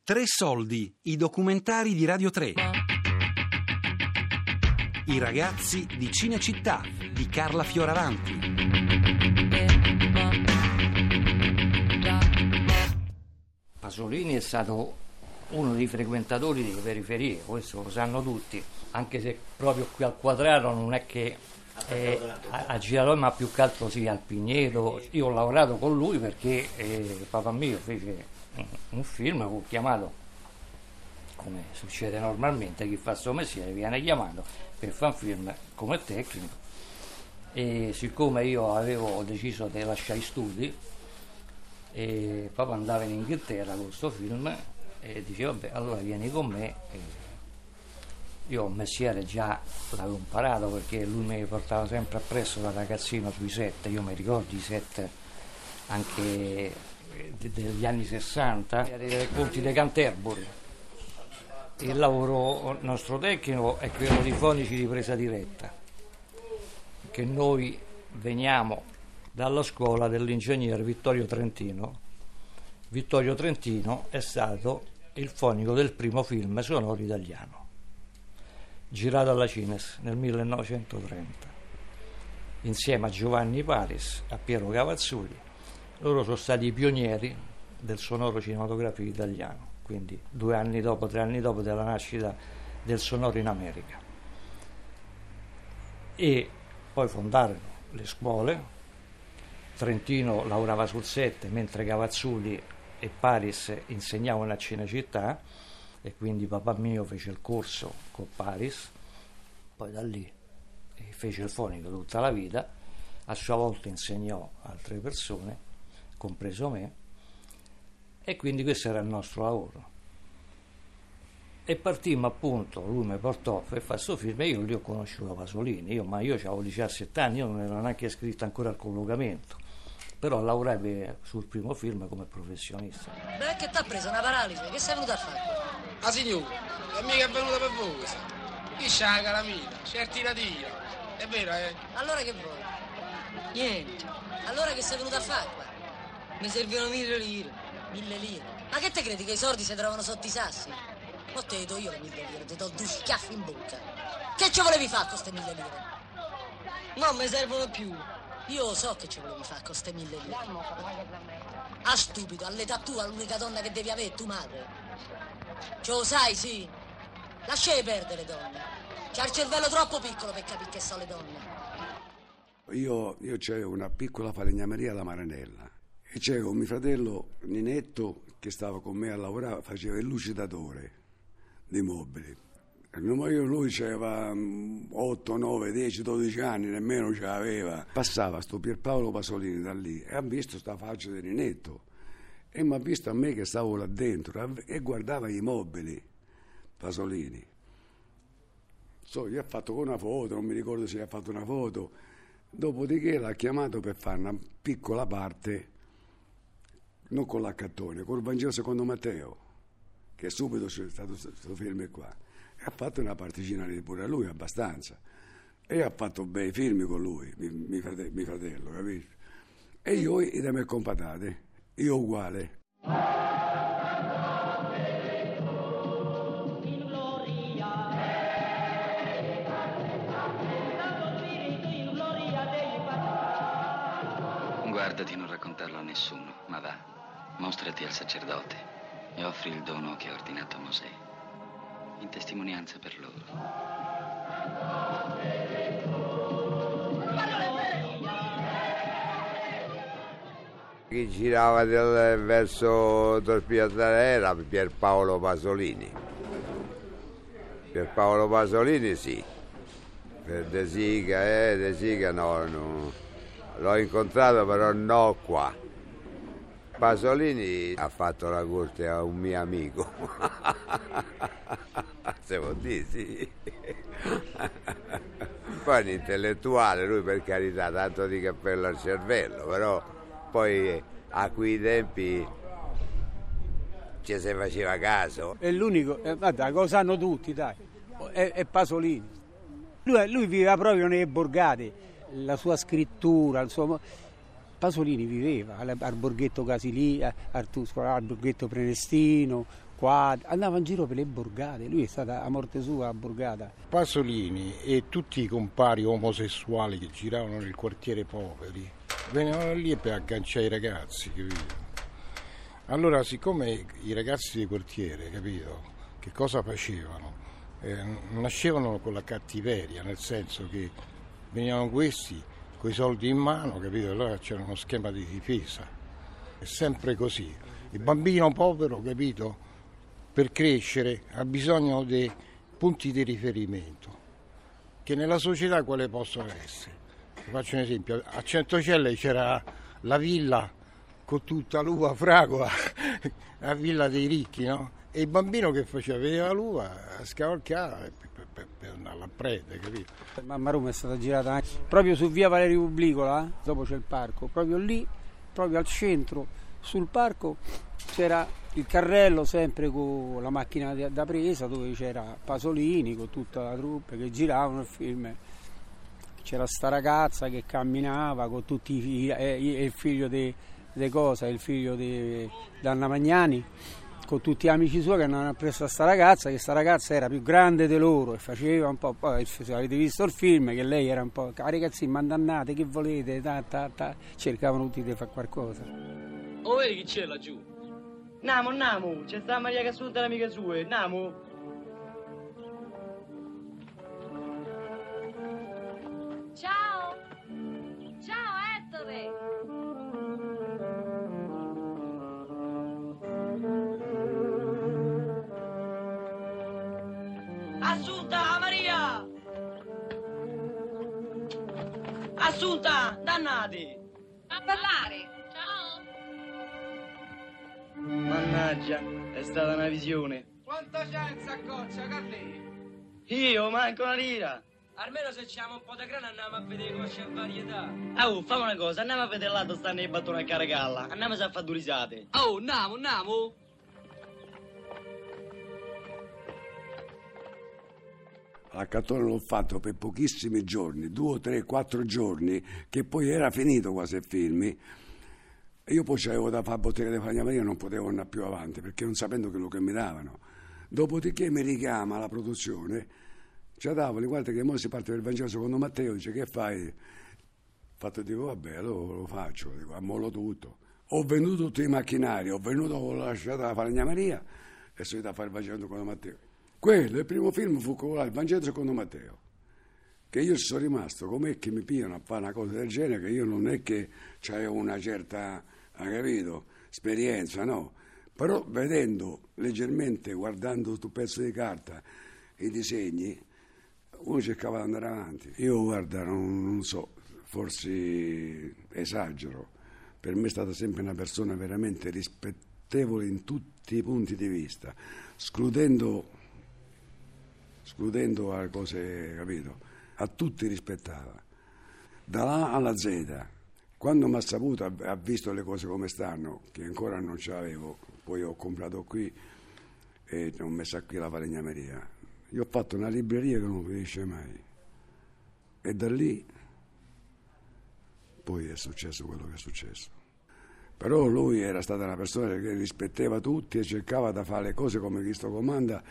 Tre soldi, i documentari di Radio 3. I ragazzi di Cinecittà di Carla Fioravanti. Pasolini è stato uno dei frequentatori delle periferie, questo lo sanno tutti, anche se proprio qui al Quadraro non è che ha girato, ma più che altro sì, al Pigneto. Io ho lavorato con lui perché papà mio fece un film, fu chiamato, come succede normalmente, chi fa sto mestiere viene chiamato per fare un film come tecnico, e siccome io avevo deciso di lasciare i studi e papà andava in Inghilterra con questo film e diceva vabbè, allora vieni con me. Io il mestiere già l'avevo imparato perché lui mi portava sempre appresso da ragazzino sui set. Io mi ricordo i set anche degli anni 60, dei racconti dei Canterbury. Il lavoro nostro tecnico è quello di fonici di presa diretta, che noi veniamo dalla scuola dell'ingegnere Vittorio Trentino. Vittorio Trentino è stato il fonico del primo film sonoro italiano, girato alla Cines nel 1930, insieme a Giovanni Paris, a Piero Cavazzulli. Loro sono stati i pionieri del sonoro cinematografico italiano, quindi 2 anni dopo, 3 anni dopo della nascita del sonoro in America. E poi fondarono le scuole. Trentino lavorava sul set, mentre Cavazzulli e Paris insegnavano a Cinecittà, e quindi papà mio fece il corso con Paris, poi da lì fece il fonico tutta la vita, a sua volta insegnò altre persone, compreso me, e quindi questo era il nostro lavoro. E partimmo, appunto, lui mi portò per fare questo film e io lì ho conosciuto Pasolini, io avevo 17 anni, io non ero neanche iscritto ancora al collocamento, però lavorai sul primo film come professionista. Beh, che t'ha preso una paralisi? Che sei venuto a fare? Ah signore, è mica è venuta per voi, sa. Qui c'è la calamita, c'è il tira-tira, è vero, eh? Allora che vuoi? Niente. Allora che sei venuto a fare qua? Mi servono 1.000 lire. 1.000 lire? Ma che te credi che i soldi si trovano sotto i sassi? O te le do io le 1.000 lire, ti do 2 schiaffi in bocca. Che ci volevi fare con queste 1.000 lire? Non mi servono più. Io so che ci volevi fare con queste 1.000 lire. Ah, stupido, all'età tua l'unica donna che devi avere è tua madre. Ce lo sai, sì? Lasciai perdere le donne. C'ha il cervello troppo piccolo per capire che sono le donne. Io c'avevo una piccola falegnameria alla Maranella e c'avevo mio fratello Ninetto che stava con me a lavorare, faceva il lucidatore di mobili. Lui aveva 8, 9, 10, 12 anni, nemmeno ce l'aveva. Passava sto Pierpaolo Pasolini da lì e ha visto sta faccia di Ninetto e mi ha visto a me che stavo là dentro e guardava i mobili Pasolini. Gli ha fatto con una foto, non mi ricordo se gli ha fatto una foto, dopodiché l'ha chiamato per fare una piccola parte, non con l'Accattone, col Vangelo secondo Matteo, che subito c'è stato questo film qua. E ha fatto una particina pure a lui, abbastanza. E ha fatto bei film con lui, mio fratello, capito? E io idem e compatate, io uguale. Guarda di non raccontarlo a nessuno, ma va, mostrati al sacerdote e offri il dono che ha ordinato Mosè, in testimonianza per loro. Chi girava verso Torpiatare era Pierpaolo Pasolini. Pierpaolo Pasolini sì, per De Sica no. L'ho incontrato però no qua. Pasolini ha fatto la corte a un mio amico. Se vuol dire sì. Poi è un intellettuale, lui per carità, tanto di cappello al cervello, però poi a quei tempi ci si faceva caso. È l'unico, guarda, lo sanno tutti, dai, è Pasolini. Lui viveva proprio nelle borgate. La sua scrittura, Pasolini viveva al Borghetto Casilì, al Borghetto Prenestino, andava in giro per le borgate, lui è stato a morte sua a Borgata. Pasolini e tutti i compari omosessuali che giravano nel quartiere Poveri venivano lì per agganciare i ragazzi, capito? Allora, siccome i ragazzi del quartiere, capito, che cosa facevano? Nascevano con la cattiveria, nel senso che venivano questi con i soldi in mano, capito? Allora c'era uno schema di difesa. È sempre così. Il bambino povero, capito, per crescere ha bisogno dei punti di riferimento, che nella società quale possono essere. Vi faccio un esempio, a Centocelle c'era la villa con tutta l'uva fragola, la villa dei ricchi, no? E il bambino che faceva, vedeva l'uva, scavalcava per andare a prendere, capito? Mamma Roma è stata girata anche proprio su via Valerio Publicola, dopo c'è il parco, proprio lì, proprio al centro, sul parco c'era il carrello sempre con la macchina da presa, dove c'era Pasolini con tutta la troupe che giravano il film. C'era sta ragazza che camminava con tutti il figlio di cosa, il figlio di Anna Magnani, con tutti gli amici suoi che andavano presso a sta ragazza, che sta ragazza era più grande di loro e faceva un po', poi se avete visto il film, che lei era un po', ragazzi mandannate, che volete, cercavano tutti di fare qualcosa. Oh, vedi chi c'è laggiù? Namo, c'è sta Maria Cassuta e l'amica sua, Namo. Ciao Ettore. Assunta, Maria! Assunta, dannati! A parlare. Ciao. Mannaggia, è stata una visione. Quanta gente accoccia, Carlì? Io manco una lira. Almeno se c'è un po' di grana andiamo a vedere come c'è varietà. Oh, fammi una cosa, andiamo a vedere là dove stanno i battoni a caricalla. Andiamo a fare due risate. Oh, andiamo. A Cattone l'ho fatto per pochissimi giorni, 2, 3, 4 giorni, che poi era finito quasi il film. Io poi c'avevo da fare Bottega di Fagnamaria, non potevo andare più avanti, perché non sapendo quello che mi davano. Dopodiché mi richiama la produzione, ci davano, guarda che ora si parte per il Vangelo secondo Matteo, dice che fai? Fatto, dico vabbè, allora lo faccio, dico, ammollo tutto. Ho venduto tutti i macchinari, ho lasciato la Fagnamaria e sono andato a fare il Vangelo secondo Matteo. Quello, il primo film fu il Vangelo secondo Matteo, che io sono rimasto, com'è che mi pigliano a fare una cosa del genere, che io non è che c'avevo una certa, hai capito, esperienza, no? Però vedendo leggermente, guardando sul pezzo di carta i disegni, uno cercava di andare avanti. Io guarda, non so, forse esagero, per me è stata sempre una persona veramente rispettevole in tutti i punti di vista, escludendo alle cose, capito? A tutti rispettava, dalla A alla Z. Quando mi ha saputo, ha visto le cose come stanno, che ancora non ce l'avevo, poi ho comprato qui e ho messo qui la falegnameria. Io ho fatto una libreria che non finisce mai. E da lì poi è successo quello che è successo. Però lui era stata una persona che rispettava tutti e cercava di fare le cose come Cristo comanda.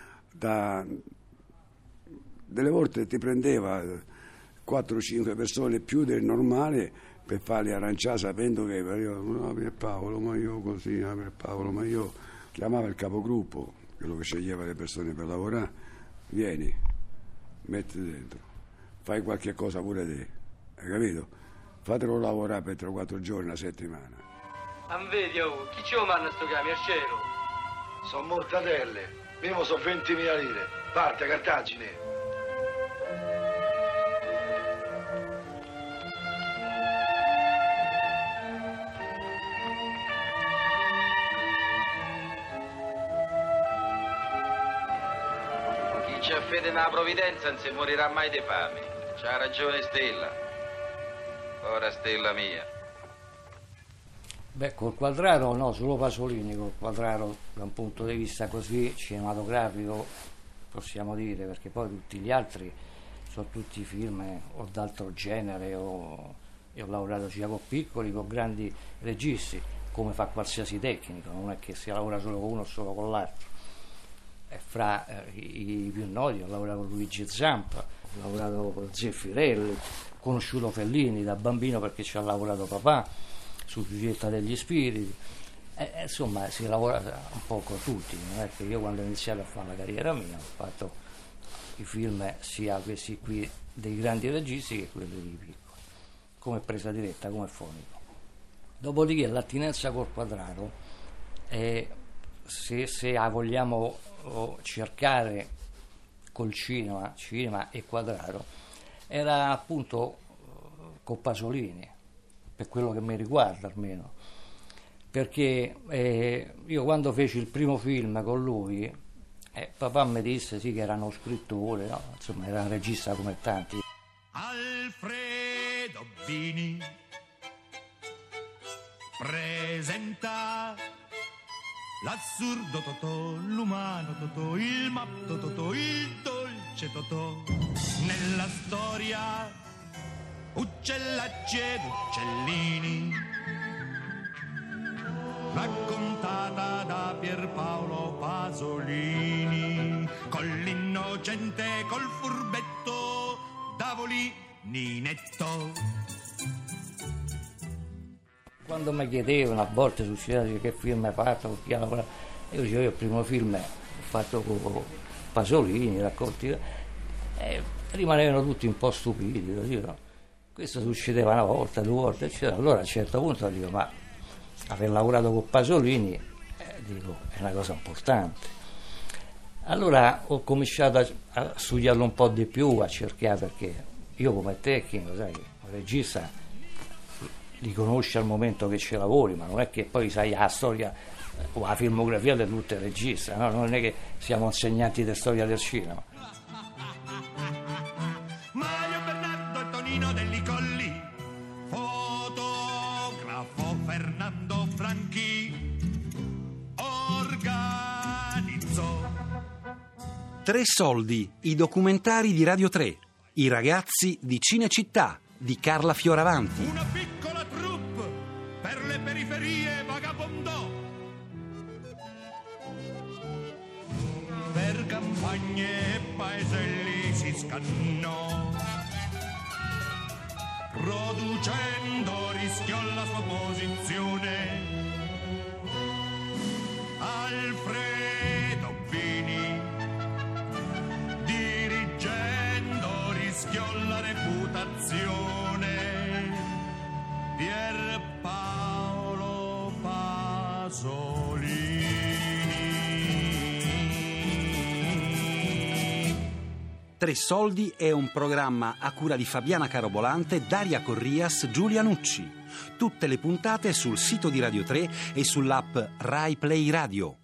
Delle volte ti prendeva 4-5 persone più del normale per farli arranciare, sapendo che no, per Paolo, ma io così, no, per Paolo, ma io chiamava il capogruppo, quello che sceglieva le persone per lavorare, vieni, mettiti dentro, fai qualche cosa pure te, hai capito? Fatelo lavorare per 3-4 giorni, una settimana. Non vedi, oh, chi ce lo manda sto camion, cielo? Sono mortadelle, mimo sono 20.000 lire, parte Cartagine. C'ha fede nella provvidenza non si morirà mai di fame. C'ha ragione Stella. Ora Stella mia. Beh, col Quadraro no, solo Pasolini. Col Quadraro da un punto di vista così cinematografico possiamo dire, perché poi tutti gli altri sono tutti film o d'altro genere, io ho lavorato sia con piccoli che con grandi registi. come fa qualsiasi tecnico, non è che si lavora solo con uno o solo con l'altro. Fra i più noti ho lavorato con Luigi Zampa, ho lavorato con Zeffirelli, ho conosciuto Fellini da bambino perché ci ha lavorato papà su Giulietta degli Spiriti, insomma si lavora un po' con tutti, non è che io quando ho iniziato a fare la carriera mia ho fatto i film sia questi qui dei grandi registi che quelli dei piccoli, come presa diretta, come fonico. Dopodiché l'attinenza col quadrato, se vogliamo cercare col cinema e quadrato, era appunto con Pasolini, per quello che mi riguarda almeno, perché io quando feci il primo film con lui, papà mi disse sì che era uno scrittore, no? Insomma era un regista come tanti. Alfredo Bini presenta l'assurdo Totò, l'umano Totò, il matto Totò, il dolce Totò. Nella storia uccellacci ed uccellini, raccontata da Pierpaolo Pasolini, con l'innocente, col furbetto, Davoli-Ninetto. Quando mi chiedevano, a volte succedeva che film hai fatto, io dicevo io il primo film ho fatto con Pasolini, racconti, rimanevano tutti un po' stupiti così, no? Questo succedeva una volta, 2 volte, eccetera. Allora a un certo punto dico, ma aver lavorato con Pasolini dico, è una cosa importante. Allora ho cominciato a studiarlo un po' di più, a cercare, perché io come tecnico, sai, un regista li conosci al momento che ci lavori, ma non è che poi sai la storia o la filmografia di tutto il regista, no? Non è che siamo insegnanti di storia del cinema. Mario Bernardo e Tonino Delli Colli, fotografo Fernando Franchi, organizzò. 3 soldi, i documentari di Radio 3, i ragazzi di Cinecittà di Carla Fioravanti. Una piccola troupe per le periferie vagabondò, per campagne e paeselli si scannò, producendo rischiò la sua posizione. Alfredo Bini, dirigendo, rischiò la reputazione. Pierpaolo Pasolini. 3 soldi è un programma a cura di Fabiana Carobolante, Daria Corrias, Giulia Nucci. Tutte le puntate sul sito di Radio 3 e sull'app Rai Play Radio.